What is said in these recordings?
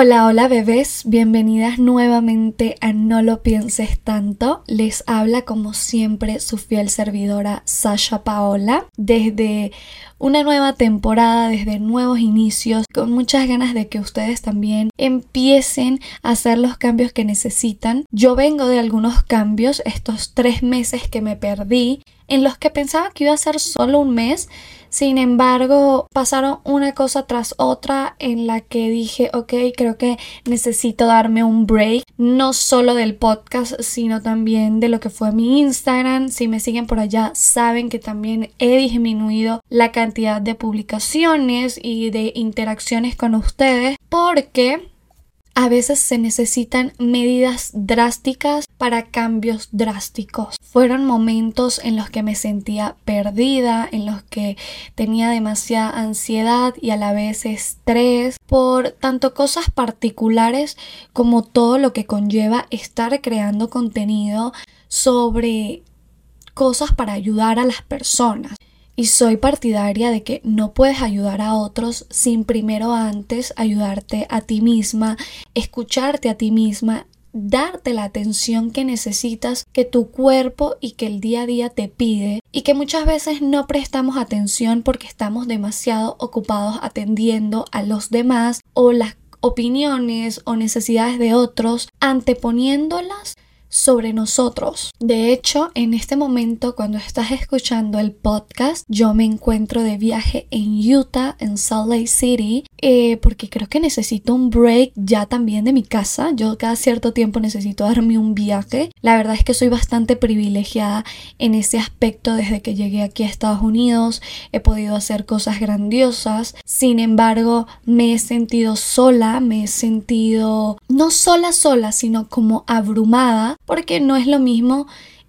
Hola, hola bebés, bienvenidas nuevamente a No lo pienses tanto. Les habla como siempre su fiel servidora Sasha Paola desde una nueva temporada, desde nuevos inicios, con muchas ganas de que ustedes también empiecen a hacer los cambios que necesitan. Yo vengo de algunos cambios, estos 3 meses que me perdí, en los que pensaba que iba a ser solo un mes. Sin embargo, pasaron una cosa tras otra en la que dije, ok, creo que necesito darme un break, no solo del podcast, sino también de lo que fue mi Instagram. Si me siguen por allá, saben que también he disminuido la cantidad de publicaciones y de interacciones con ustedes, porque a veces se necesitan medidas drásticas para cambios drásticos. Fueron momentos en los que me sentía perdida, en los que tenía demasiada ansiedad y a la vez estrés por tanto cosas particulares como todo lo que conlleva estar creando contenido sobre cosas para ayudar a las personas. Y soy partidaria de que no puedes ayudar a otros sin primero antes ayudarte a ti misma, escucharte a ti misma, darte la atención que necesitas, que tu cuerpo y que el día a día te pide, y que muchas veces no prestamos atención porque estamos demasiado ocupados atendiendo a los demás o las opiniones o necesidades de otros, anteponiéndolas sobre nosotros. De hecho, en este momento, cuando estás escuchando el podcast, yo me encuentro de viaje en Utah, en Salt Lake City, porque creo que necesito un break ya también de mi casa. Yo cada cierto tiempo necesito darme un viaje. La verdad es que soy bastante privilegiada en ese aspecto. Desde que llegué aquí a Estados Unidos he podido hacer cosas grandiosas. Sin embargo, me he sentido sola, me he sentido no sola, sino como abrumada, porque no es lo mismo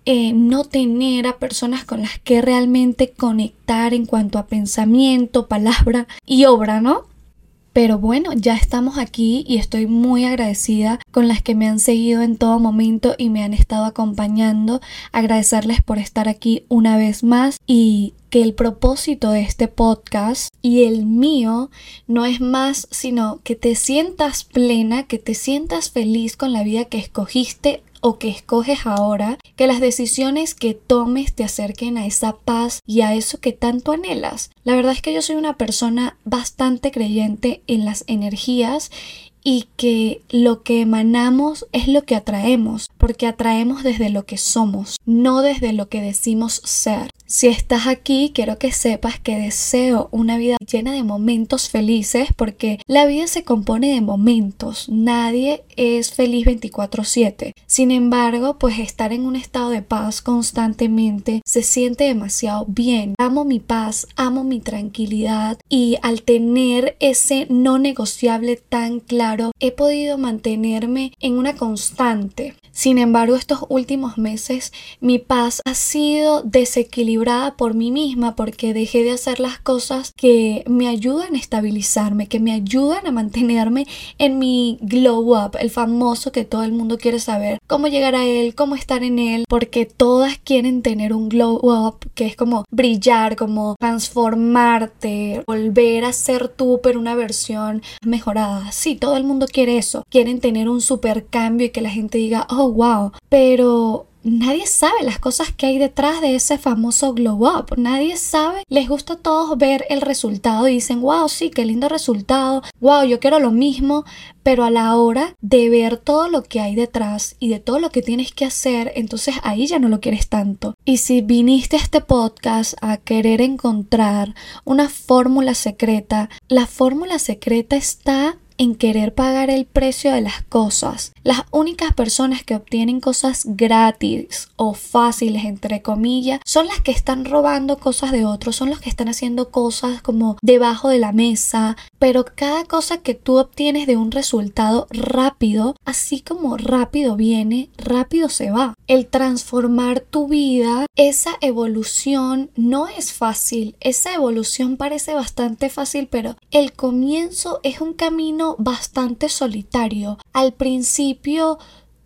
no tener a personas con las que realmente conectar en cuanto a pensamiento, palabra y obra, ¿no? Pero bueno, ya estamos aquí y estoy muy agradecida con las que me han seguido en todo momento y me han estado acompañando. Agradecerles por estar aquí una vez más, y que el propósito de este podcast y el mío no es más sino que te sientas plena, que te sientas feliz con la vida que escogiste o que escoges ahora, que las decisiones que tomes te acerquen a esa paz y a eso que tanto anhelas. La verdad es que yo soy una persona bastante creyente en las energías y que lo que emanamos es lo que atraemos, porque atraemos desde lo que somos, no desde lo que decimos ser. Si estás aquí, quiero que sepas que deseo una vida llena de momentos felices, porque la vida se compone de momentos. Nadie es feliz 24/7. Sin embargo, pues estar en un estado de paz constantemente se siente demasiado bien. Amo mi paz, amo mi tranquilidad, y al tener ese no negociable tan claro, he podido mantenerme en una constante. Sin embargo, estos últimos meses mi paz ha sido desequilibrada por mí misma, porque dejé de hacer las cosas que me ayudan a estabilizarme, que me ayudan a mantenerme en mi glow up, el famoso que todo el mundo quiere saber cómo llegar a él, cómo estar en él, porque todas quieren tener un glow up, que es como brillar, como transformarte, volver a ser tú, pero una versión mejorada. Sí, todo el mundo quiere eso, quieren tener un super cambio y que la gente diga, oh wow, pero nadie sabe las cosas que hay detrás de ese famoso glow up. Nadie sabe. Les gusta a todos ver el resultado y dicen, wow, sí, qué lindo resultado, wow, yo quiero lo mismo. Pero a la hora de ver todo lo que hay detrás y de todo lo que tienes que hacer, entonces ahí ya no lo quieres tanto. Y si viniste a este podcast a querer encontrar una fórmula secreta, la fórmula secreta está en querer pagar el precio de las cosas. Las únicas personas que obtienen cosas gratis o fáciles, entre comillas, son las que están robando cosas de otros, son los que están haciendo cosas como debajo de la mesa. Pero cada cosa que tú obtienes de un resultado rápido, así como rápido viene, rápido se va. El transformar tu vida, esa evolución no es fácil. Esa evolución parece bastante fácil, pero el comienzo es un camino bastante solitario. Al principio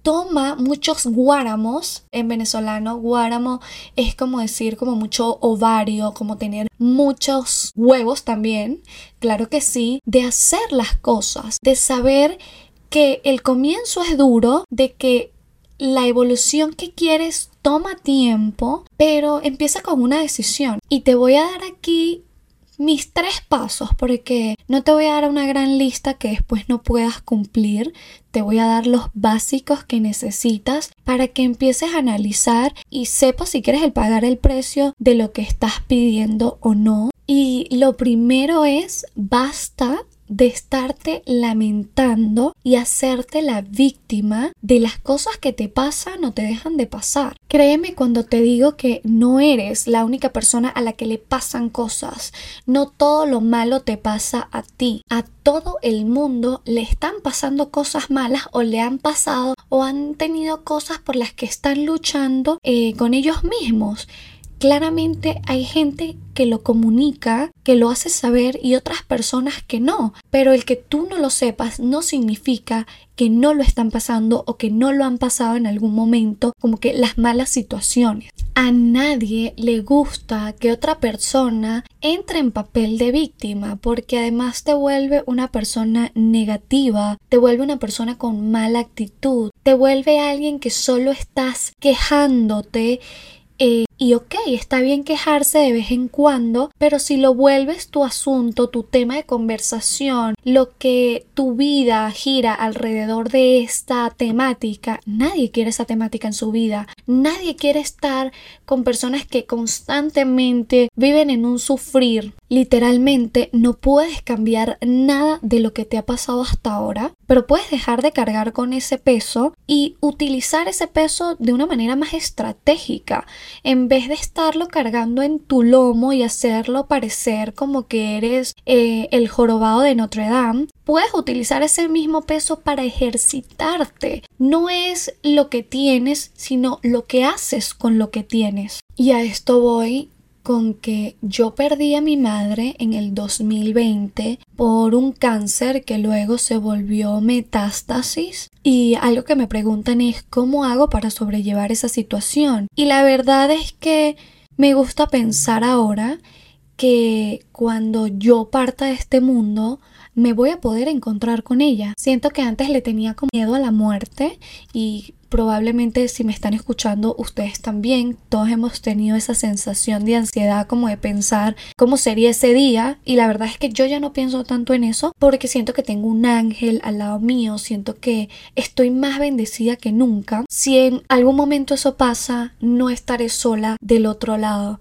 toma muchos guáramos. En venezolano, guáramo es como decir como mucho ovario, como tener muchos huevos también, claro que sí, de hacer las cosas, de saber que el comienzo es duro, de que la evolución que quieres toma tiempo, pero empieza con una decisión. Y te voy a dar aquí mis 3 pasos, porque no te voy a dar una gran lista que después no puedas cumplir. Te voy a dar los básicos que necesitas para que empieces a analizar y sepas si quieres pagar el precio de lo que estás pidiendo o no. Y lo primero es, basta de estarte lamentando y hacerte la víctima de las cosas que te pasan o te dejan de pasar. Créeme cuando te digo que no eres la única persona a la que le pasan cosas. No todo lo malo te pasa a ti. A todo el mundo le están pasando cosas malas o le han pasado o han tenido cosas por las que están luchando con ellos mismos. Claramente hay gente que lo comunica, que lo hace saber y otras personas que no. Pero el que tú no lo sepas no significa que no lo están pasando o que no lo han pasado en algún momento, como que las malas situaciones. A nadie le gusta que otra persona entre en papel de víctima, porque además te vuelve una persona negativa, te vuelve una persona con mala actitud, te vuelve alguien que solo estás quejándote. Y ok, está bien quejarse de vez en cuando, pero si lo vuelves tu asunto, tu tema de conversación, lo que tu vida gira alrededor de esta temática, nadie quiere esa temática en su vida. Nadie quiere estar con personas que constantemente viven en un sufrir. Literalmente no puedes cambiar nada de lo que te ha pasado hasta ahora, pero puedes dejar de cargar con ese peso y utilizar ese peso de una manera más estratégica. En vez de estarlo cargando en tu lomo y hacerlo parecer como que eres el jorobado de Notre Dame, puedes utilizar ese mismo peso para ejercitarte. No es lo que tienes, sino lo que haces con lo que tienes. Y a esto voy con que yo perdí a mi madre en el 2020 por un cáncer que luego se volvió metástasis, y algo que me preguntan es ¿cómo hago para sobrellevar esa situación? Y la verdad es que me gusta pensar ahora que cuando yo parta de este mundo me voy a poder encontrar con ella. Siento que antes le tenía como miedo a la muerte, y probablemente si me están escuchando ustedes también, todos hemos tenido esa sensación de ansiedad, como de pensar cómo sería ese día, y la verdad es que yo ya no pienso tanto en eso porque siento que tengo un ángel al lado mío, siento que estoy más bendecida que nunca. Si en algún momento eso pasa, no estaré sola del otro lado.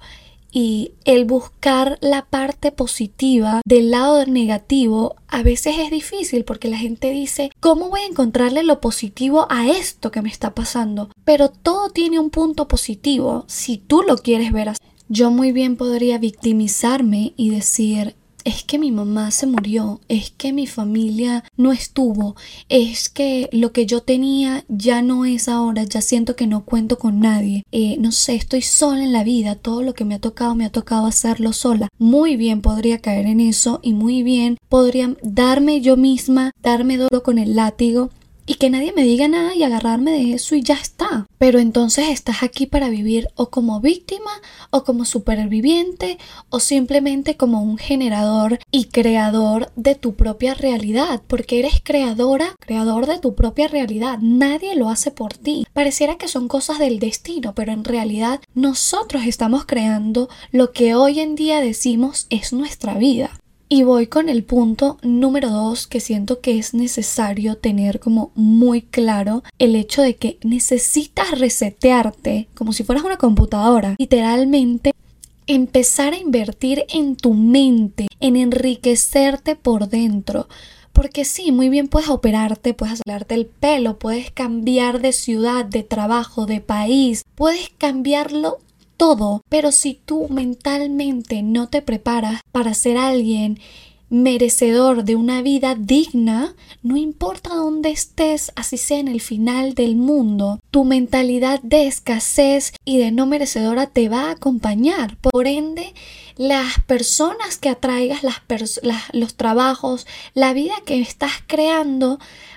Y el buscar la parte positiva del lado negativo a veces es difícil, porque la gente dice ¿cómo voy a encontrarle lo positivo a esto que me está pasando? Pero todo tiene un punto positivo si tú lo quieres ver así. Yo muy bien podría victimizarme y decir es que mi mamá se murió, es que mi familia no estuvo, es que lo que yo tenía ya no es ahora, ya siento que no cuento con nadie, no sé, estoy sola en la vida, todo lo que me ha tocado hacerlo sola. Muy bien podría caer en eso, y muy bien podría darme yo misma, darme duro con el látigo y que nadie me diga nada y agarrarme de eso y ya está. Pero entonces estás aquí para vivir o como víctima o como superviviente o simplemente como un generador y creador de tu propia realidad, porque eres creador de tu propia realidad. Nadie lo hace por ti. Pareciera que son cosas del destino, pero en realidad nosotros estamos creando lo que hoy en día decimos es nuestra vida. Y voy con el punto número 2, que siento que es necesario tener como muy claro el hecho de que necesitas resetearte como si fueras una computadora. Literalmente empezar a invertir en tu mente, en enriquecerte por dentro. Porque sí, muy bien puedes operarte, puedes arreglarte el pelo, puedes cambiar de ciudad, de trabajo, de país, puedes cambiarlo todo, pero si tú mentalmente no te preparas para ser alguien merecedor de una vida digna, no importa dónde estés, así sea en el final del mundo, tu mentalidad de escasez y de no merecedora te va a acompañar. Por ende, las personas que atraigas, los trabajos, la vida que estás creando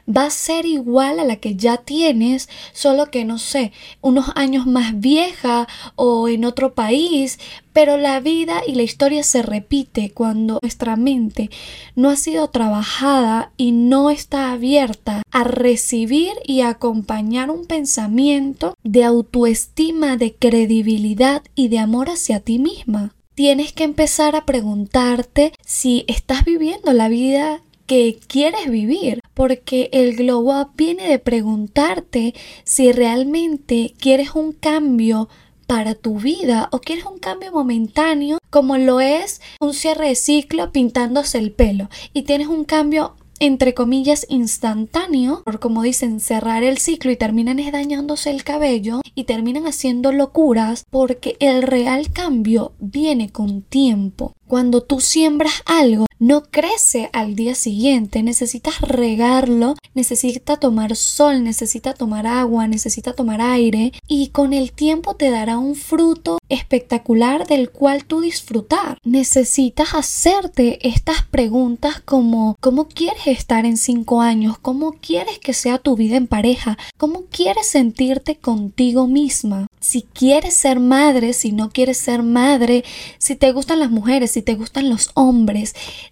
va a ser igual a la que ya tienes, solo que no sé, unos años más vieja o en otro país, pero la vida y la historia se repite cuando nuestra mente no ha sido trabajada y no está abierta a recibir y acompañar un pensamiento de autoestima, de credibilidad y de amor hacia ti misma. Tienes que empezar a preguntarte si estás viviendo la vida que quieres vivir, porque el glow up viene de preguntarte si realmente quieres un cambio para tu vida o quieres un cambio momentáneo, como lo es un cierre de ciclo pintándose el pelo, y tienes un cambio entre comillas instantáneo, por como dicen, cerrar el ciclo, y terminan dañándose el cabello y terminan haciendo locuras, porque el real cambio viene con tiempo. Cuando tú siembras algo, no crece al día siguiente, necesitas regarlo, necesita tomar sol, necesita tomar agua, necesita tomar aire, y con el tiempo te dará un fruto espectacular del cual tú disfrutar. Necesitas hacerte estas preguntas como ¿cómo quieres estar en 5 años? ¿Cómo quieres que sea tu vida en pareja? ¿Cómo quieres sentirte contigo misma? Si quieres ser madre, si no quieres ser madre, si te gustan las mujeres, si te gustan los hombres,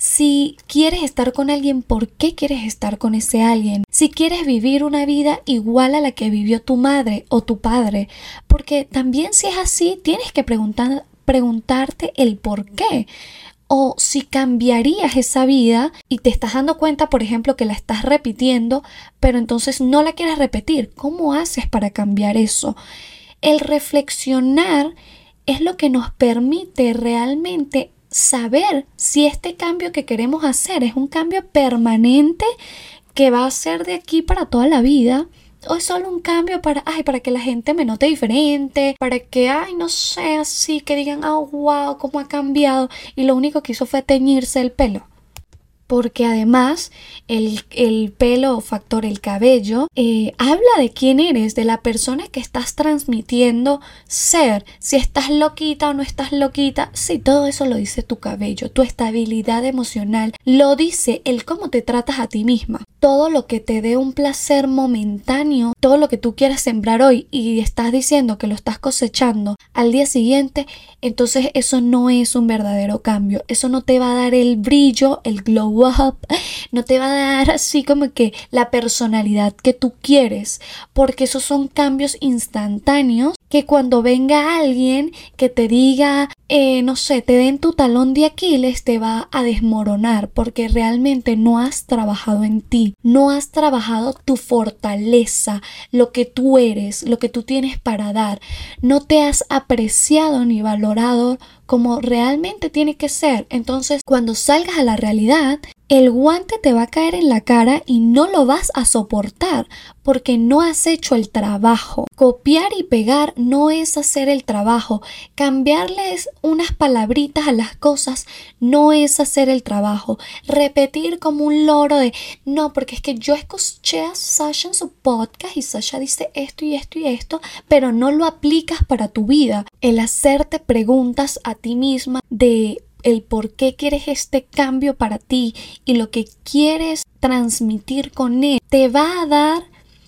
si quieres estar con alguien, ¿por qué quieres estar con ese alguien? Si quieres vivir una vida igual a la que vivió tu madre o tu padre, porque también si es así, tienes que preguntarte el por qué. O si cambiarías esa vida y te estás dando cuenta, por ejemplo, que la estás repitiendo, pero entonces no la quieres repetir. ¿Cómo haces para cambiar eso? El reflexionar es lo que nos permite realmente saber si este cambio que queremos hacer es un cambio permanente que va a ser de aquí para toda la vida, o es solo un cambio para que la gente me note diferente, para que, no sé, así que digan, wow, cómo ha cambiado, y lo único que hizo fue teñirse el pelo. Porque además el pelo o factor el cabello habla de quién eres, de la persona que estás transmitiendo ser, si estás loquita o no estás loquita. Sí, todo eso lo dice tu cabello, tu estabilidad emocional, lo dice el cómo te tratas a ti misma. Todo lo que te dé un placer momentáneo, todo lo que tú quieras sembrar hoy y estás diciendo que lo estás cosechando al día siguiente, entonces eso no es un verdadero cambio. Eso no te va a dar el brillo, el glow up, no te va a dar así como que la personalidad que tú quieres, porque esos son cambios instantáneos que cuando venga alguien que te diga, no sé, te den tu talón de Aquiles, te va a desmoronar, porque realmente no has trabajado en ti, no has trabajado tu fortaleza, lo que tú eres, lo que tú tienes para dar, no te has apreciado ni valorado como realmente tiene que ser. Entonces, cuando salgas a la realidad, el guante te va a caer en la cara y no lo vas a soportar porque no has hecho el trabajo. Copiar y pegar no es hacer el trabajo. Cambiarles unas palabritas a las cosas no es hacer el trabajo. Repetir como un loro de no, porque es que yo escuché a Sasha en su podcast y Sasha dice esto y esto y esto, pero no lo aplicas para tu vida. El hacerte preguntas a ti misma de el por qué quieres este cambio para ti y lo que quieres transmitir con él, te va a dar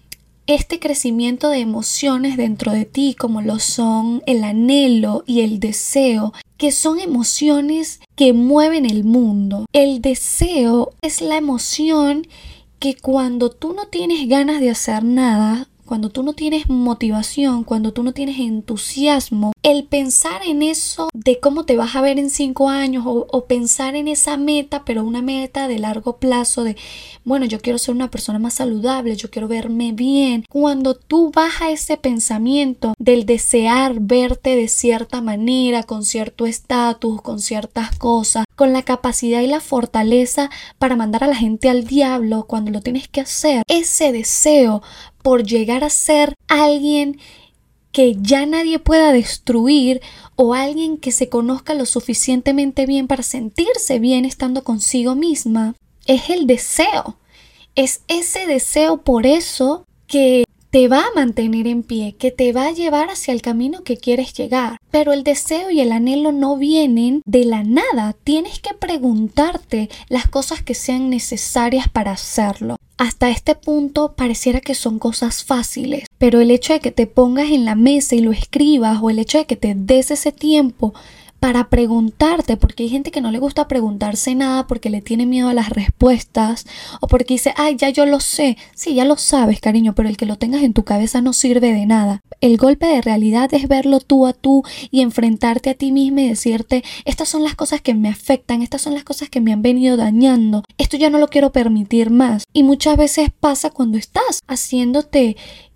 este crecimiento de emociones dentro de ti, como lo son el anhelo y el deseo, que son emociones que mueven el mundo. El deseo es la emoción que cuando tú no tienes ganas de hacer nada, cuando tú no tienes motivación, cuando tú no tienes entusiasmo, el pensar en eso de cómo te vas a ver en 5 años o pensar en esa meta, pero una meta de largo plazo de, bueno, yo quiero ser una persona más saludable, yo quiero verme bien. Cuando tú vas a ese pensamiento del desear verte de cierta manera, con cierto estatus, con ciertas cosas, con la capacidad y la fortaleza para mandar a la gente al diablo cuando lo tienes que hacer, ese deseo por llegar a ser alguien que ya nadie pueda destruir o alguien que se conozca lo suficientemente bien para sentirse bien estando consigo misma, es el deseo. Es ese deseo por eso que te va a mantener en pie, que te va a llevar hacia el camino que quieres llegar. Pero el deseo y el anhelo no vienen de la nada. Tienes que preguntarte las cosas que sean necesarias para hacerlo. Hasta este punto pareciera que son cosas fáciles, pero el hecho de que te pongas en la mesa y lo escribas, o el hecho de que te des ese tiempo para preguntarte, porque hay gente que no le gusta preguntarse nada porque le tiene miedo a las respuestas, o porque dice, ay, ya yo lo sé. Sí, ya lo sabes, cariño, pero el que lo tengas en tu cabeza no sirve de nada. El golpe de realidad es verlo tú a tú y enfrentarte a ti misma y decirte, estas son las cosas que me afectan, estas son las cosas que me han venido dañando, esto ya no lo quiero permitir más. Y muchas veces pasa cuando estás haciéndote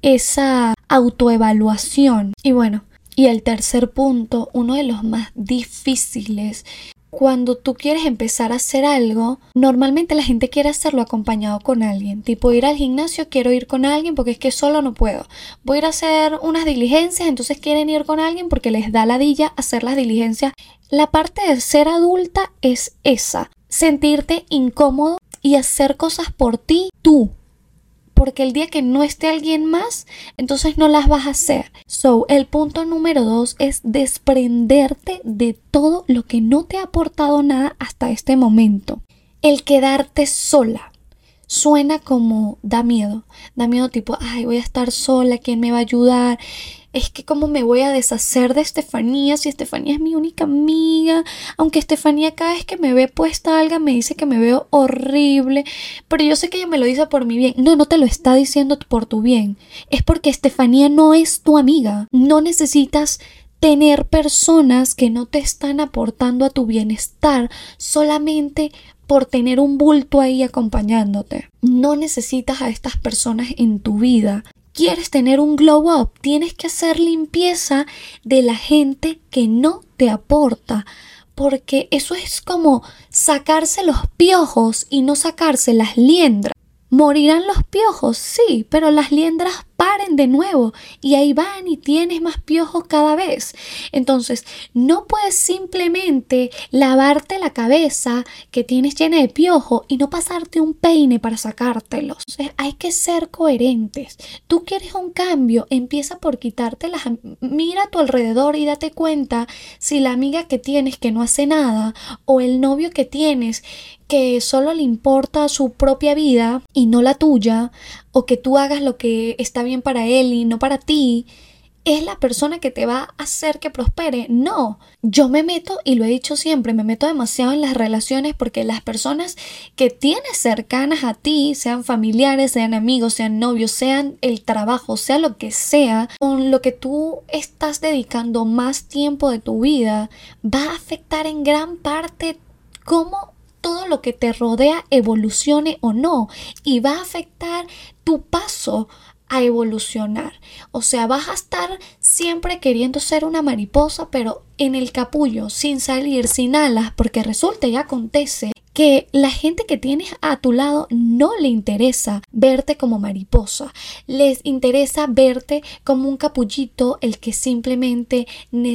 esa autoevaluación. Y bueno, y el tercer punto, uno de los más difíciles, cuando tú quieres empezar a hacer algo, normalmente la gente quiere hacerlo acompañado con alguien. Tipo, ir al gimnasio, quiero ir con alguien porque es que solo no puedo. Voy a ir a hacer unas diligencias, entonces quieren ir con alguien porque les da ladilla hacer las diligencias. La parte de ser adulta es esa, sentirte incómodo y hacer cosas por ti, tú. Porque el día que no esté alguien más, entonces no las vas a hacer. El punto número 2 es desprenderte de todo lo que no te ha aportado nada hasta este momento. El quedarte sola suena como da miedo tipo, ay, voy a estar sola, ¿quién me va a ayudar? Es que cómo me voy a deshacer de Estefanía si Estefanía es mi única amiga, aunque Estefanía cada vez que me ve puesta algo me dice que me veo horrible, pero yo sé que ella me lo dice por mi bien. No te lo está diciendo por tu bien, es porque Estefanía no es tu amiga. No necesitas tener personas que no te están aportando a tu bienestar solamente por tener un bulto ahí acompañándote. No necesitas a estas personas en tu vida. ¿Quieres tener un glow up? Tienes que hacer limpieza de la gente que no te aporta, porque eso es como sacarse los piojos y no sacarse las liendras. ¿Morirán los piojos? Sí, pero las liendras paren de nuevo y ahí van y tienes más piojos cada vez. Entonces, no puedes simplemente lavarte la cabeza que tienes llena de piojo y no pasarte un peine para sacártelos. Entonces, hay que ser coherentes. Tú quieres un cambio, empieza por quitártelas. Mira a tu alrededor y date cuenta si la amiga que tienes que no hace nada o el novio que tienes que solo le importa su propia vida y no la tuya, o que tú hagas lo que está bien para él y no para ti, es la persona que te va a hacer que prospere. No, yo me meto, y lo he dicho siempre, me meto demasiado en las relaciones porque las personas que tienes cercanas a ti, sean familiares, sean amigos, sean novios, sean el trabajo, sea lo que sea, con lo que tú estás dedicando más tiempo de tu vida, va a afectar en gran parte cómo todo lo que te rodea evolucione o no, y va a afectar tu paso a evolucionar. O sea, vas a estar siempre queriendo ser una mariposa, pero en el capullo, sin salir, sin alas, porque resulta y acontece que la gente que tienes a tu lado no le interesa verte como mariposa, les interesa verte como un capullito, el que simplemente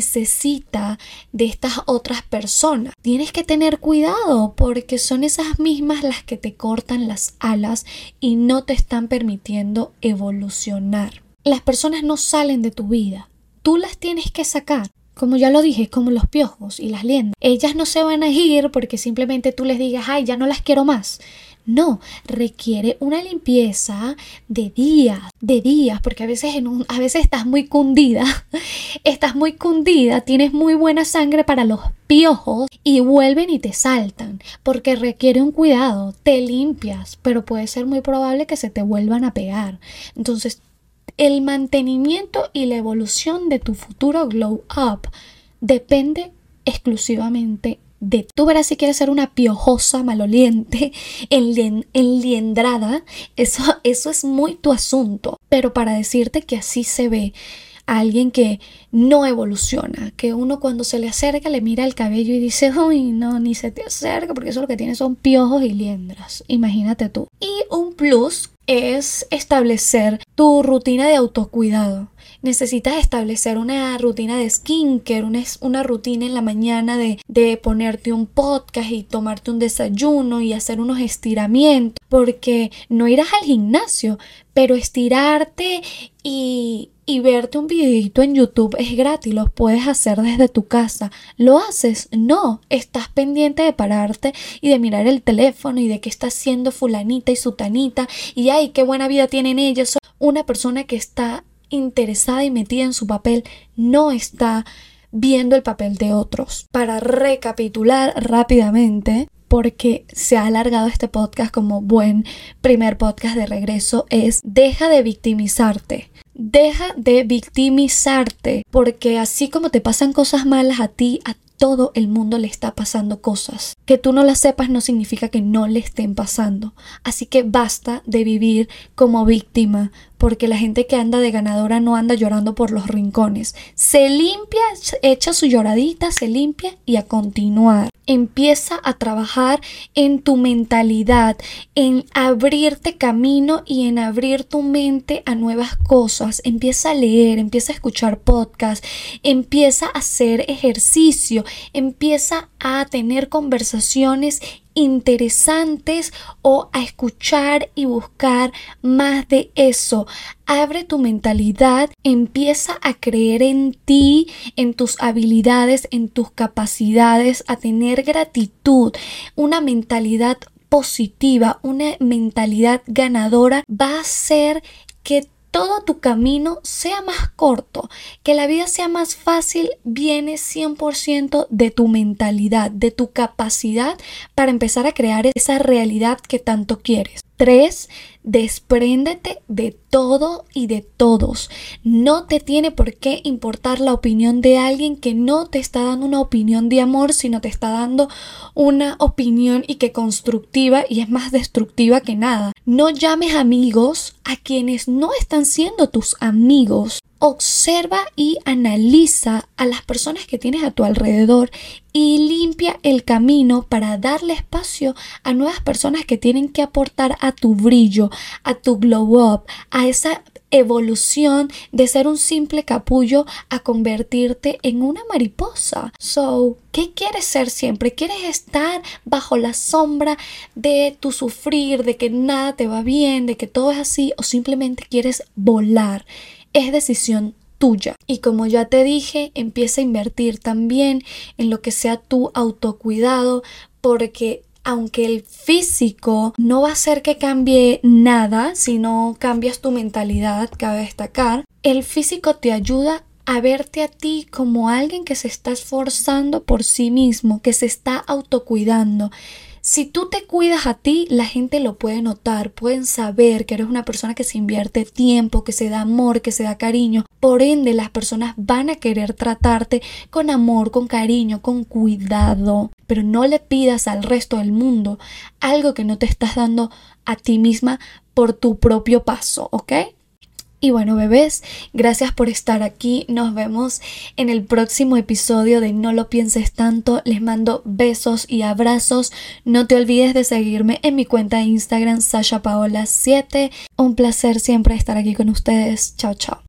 necesita de estas otras personas. Tienes que tener cuidado porque son esas mismas las que te cortan las alas y no te están permitiendo evolucionar. Las personas no salen de tu vida, tú las tienes que sacar. Como ya lo dije, como los piojos y las liendras. Ellas no se van a ir porque simplemente tú les digas, ay, ya no las quiero más. No, requiere una limpieza de días, porque a veces estás muy cundida, tienes muy buena sangre para los piojos y vuelven y te saltan, porque requiere un cuidado, te limpias, pero puede ser muy probable que se te vuelvan a pegar. Entonces, el mantenimiento y la evolución de tu futuro glow up depende exclusivamente de ti. Tú verás si quieres ser una piojosa maloliente, enliendrada, eso es muy tu asunto. Pero para decirte que así se ve a alguien que no evoluciona, que uno cuando se le acerca le mira el cabello y dice, uy, no, ni se te acerca porque eso lo que tiene son piojos y liendras. Imagínate tú. Y un plus es establecer tu rutina de autocuidado. necesitas establecer una rutina de skincare, una rutina en la mañana de ponerte un podcast y tomarte un desayuno y hacer unos estiramientos, porque no irás al gimnasio, pero estirarte y verte un videito en YouTube es gratis, lo puedes hacer desde tu casa. ¿Lo haces? No, estás pendiente de pararte y de mirar el teléfono y de qué está haciendo fulanita y sutanita y ay, qué buena vida tienen ellos. Una persona que está interesada y metida en su papel no está viendo el papel de otros. Para recapitular rápidamente, porque se ha alargado este podcast como buen primer podcast de regreso, es: deja de victimizarte. Deja de victimizarte, porque así como te pasan cosas malas a ti, a todo el mundo le está pasando cosas. Que tú no las sepas no significa que no le estén pasando. Así que basta de vivir como víctima, porque la gente que anda de ganadora no anda llorando por los rincones. Se limpia, echa su lloradita, se limpia y a continuar. Empieza a trabajar en tu mentalidad, en abrirte camino y en abrir tu mente a nuevas cosas. Empieza a leer, empieza a escuchar podcasts, empieza a hacer ejercicio, empieza a tener conversaciones interesantes o a escuchar y buscar más de eso. Abre tu mentalidad, empieza a creer en ti, en tus habilidades, en tus capacidades, a tener gratitud, una mentalidad positiva, una mentalidad ganadora va a hacer que todo tu camino sea más corto, que la vida sea más fácil. Viene 100% de tu mentalidad, de tu capacidad para empezar a crear esa realidad que tanto quieres. 3. Despréndete de todo y de todos. No te tiene por qué importar la opinión de alguien que no te está dando una opinión de amor, sino te está dando una opinión y que constructiva y es más destructiva que nada. No llames amigos a quienes no están siendo tus amigos. Observa y analiza a las personas que tienes a tu alrededor y limpia el camino para darle espacio a nuevas personas que tienen que aportar a tu brillo, a tu glow up, a esa evolución de ser un simple capullo a convertirte en una mariposa. So, ¿qué quieres ser siempre? ¿Quieres estar bajo la sombra de tu sufrir, de que nada te va bien, de que todo es así, o simplemente quieres volar? Es decisión tuya. Y como ya te dije, empieza a invertir también en lo que sea tu autocuidado, porque aunque el físico no va a hacer que cambie nada si no cambias tu mentalidad, cabe destacar, el físico te ayuda a verte a ti como alguien que se está esforzando por sí mismo, que se está autocuidando. Si tú te cuidas a ti, la gente lo puede notar, pueden saber que eres una persona que se invierte tiempo, que se da amor, que se da cariño. Por ende, las personas van a querer tratarte con amor, con cariño, con cuidado. Pero no le pidas al resto del mundo algo que no te estás dando a ti misma por tu propio paso, ¿ok? Y bueno, bebés, gracias por estar aquí. Nos vemos en el próximo episodio de No lo pienses tanto. Les mando besos y abrazos. No te olvides de seguirme en mi cuenta de Instagram, SashaPaola7. Un placer siempre estar aquí con ustedes. Chao, chao.